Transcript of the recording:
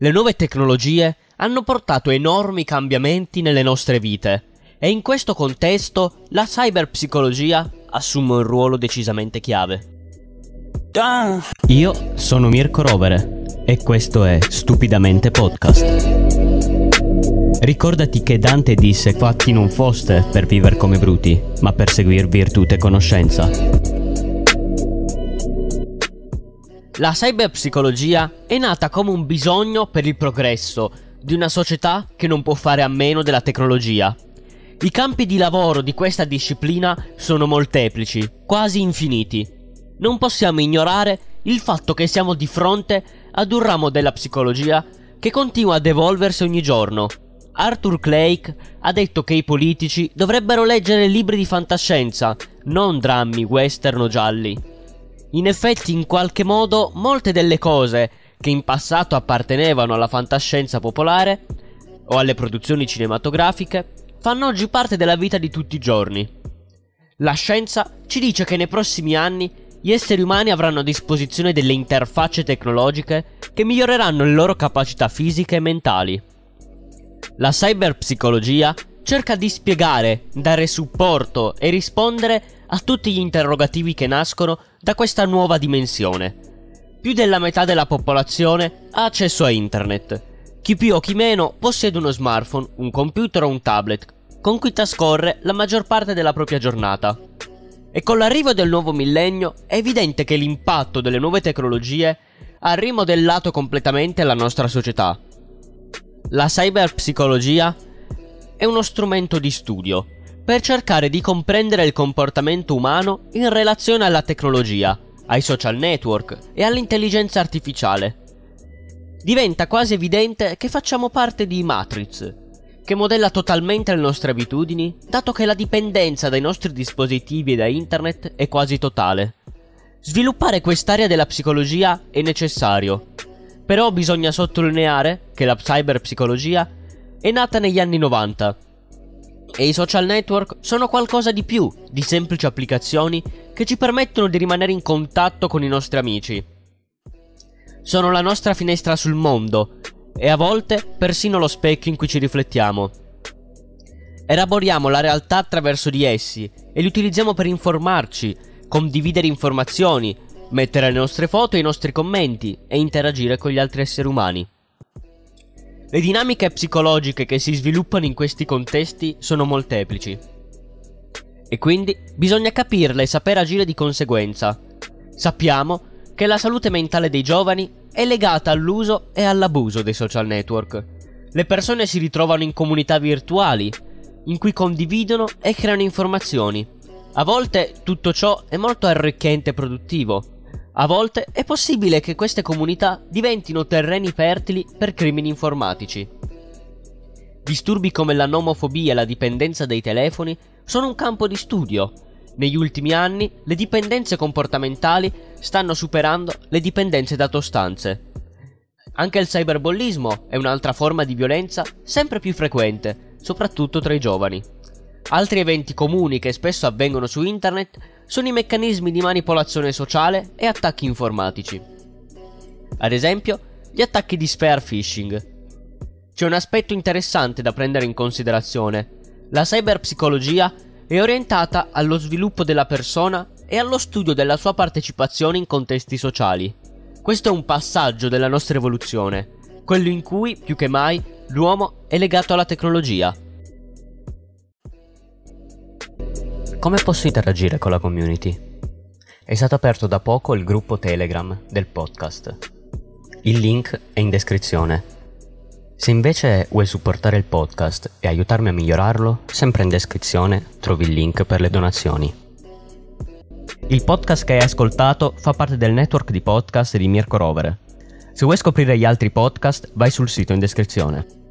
Le nuove tecnologie hanno portato enormi cambiamenti nelle nostre vite e in questo contesto la cyberpsicologia assume un ruolo decisamente chiave. Io sono Mirko Rovere e questo è Stupidamente Podcast. Ricordati che Dante disse: fatti non foste per vivere come bruti, ma per seguir virtù e conoscenza. La cyberpsicologia è nata come un bisogno per il progresso di una società che non può fare a meno della tecnologia. I campi di lavoro di questa disciplina sono molteplici, quasi infiniti. Non possiamo ignorare il fatto che siamo di fronte ad un ramo della psicologia che continua ad evolversi ogni giorno. Arthur Clarke ha detto che i politici dovrebbero leggere libri di fantascienza, non drammi, western o gialli. In effetti, in qualche modo, molte delle cose che in passato appartenevano alla fantascienza popolare o alle produzioni cinematografiche fanno oggi parte della vita di tutti i giorni. La scienza ci dice che nei prossimi anni gli esseri umani avranno a disposizione delle interfacce tecnologiche che miglioreranno le loro capacità fisiche e mentali. La cyberpsicologia cerca di spiegare, dare supporto e rispondere a tutti gli interrogativi che nascono da questa nuova dimensione. Più della metà della popolazione ha accesso a internet. Chi più o chi meno possiede uno smartphone, un computer o un tablet con cui trascorre la maggior parte della propria giornata. E con l'arrivo del nuovo millennio è evidente che l'impatto delle nuove tecnologie ha rimodellato completamente la nostra società. La cyberpsicologia è uno strumento di studio per cercare di comprendere il comportamento umano in relazione alla tecnologia, ai social network e all'intelligenza artificiale. Diventa quasi evidente che facciamo parte di Matrix, che modella totalmente le nostre abitudini, dato che la dipendenza dai nostri dispositivi e da internet è quasi totale. Sviluppare quest'area della psicologia è necessario, però bisogna sottolineare che la cyberpsicologia è nata negli anni 90 e i social network sono qualcosa di più di semplici applicazioni che ci permettono di rimanere in contatto con i nostri amici. Sono la nostra finestra sul mondo e a volte persino lo specchio in cui ci riflettiamo. Elaboriamo la realtà attraverso di essi e li utilizziamo per informarci, condividere informazioni, mettere le nostre foto e i nostri commenti e interagire con gli altri esseri umani. Le dinamiche psicologiche che si sviluppano in questi contesti sono molteplici e quindi bisogna capirle e saper agire di conseguenza. Sappiamo che la salute mentale dei giovani è legata all'uso e all'abuso dei social network. Le persone si ritrovano in comunità virtuali in cui condividono e creano informazioni. A volte tutto ciò è molto arricchente e produttivo. A volte è possibile che queste comunità diventino terreni fertili per crimini informatici. Disturbi come la nomofobia e la dipendenza dai telefoni sono un campo di studio. Negli ultimi anni le dipendenze comportamentali stanno superando le dipendenze da sostanze. Anche il cyberbullismo è un'altra forma di violenza sempre più frequente, soprattutto tra i giovani. Altri eventi comuni che spesso avvengono su internet sono i meccanismi di manipolazione sociale e attacchi informatici. Ad esempio, gli attacchi di spear phishing. C'è un aspetto interessante da prendere in considerazione. La cyberpsicologia è orientata allo sviluppo della persona e allo studio della sua partecipazione in contesti sociali. Questo è un passaggio della nostra evoluzione, quello in cui, più che mai, l'uomo è legato alla tecnologia. Come posso interagire con la community? È stato aperto da poco il gruppo Telegram del podcast. Il link è in descrizione. Se invece vuoi supportare il podcast e aiutarmi a migliorarlo, sempre in descrizione trovi il link per le donazioni. Il podcast che hai ascoltato fa parte del network di podcast di Mirko Rovere. Se vuoi scoprire gli altri podcast, vai sul sito in descrizione.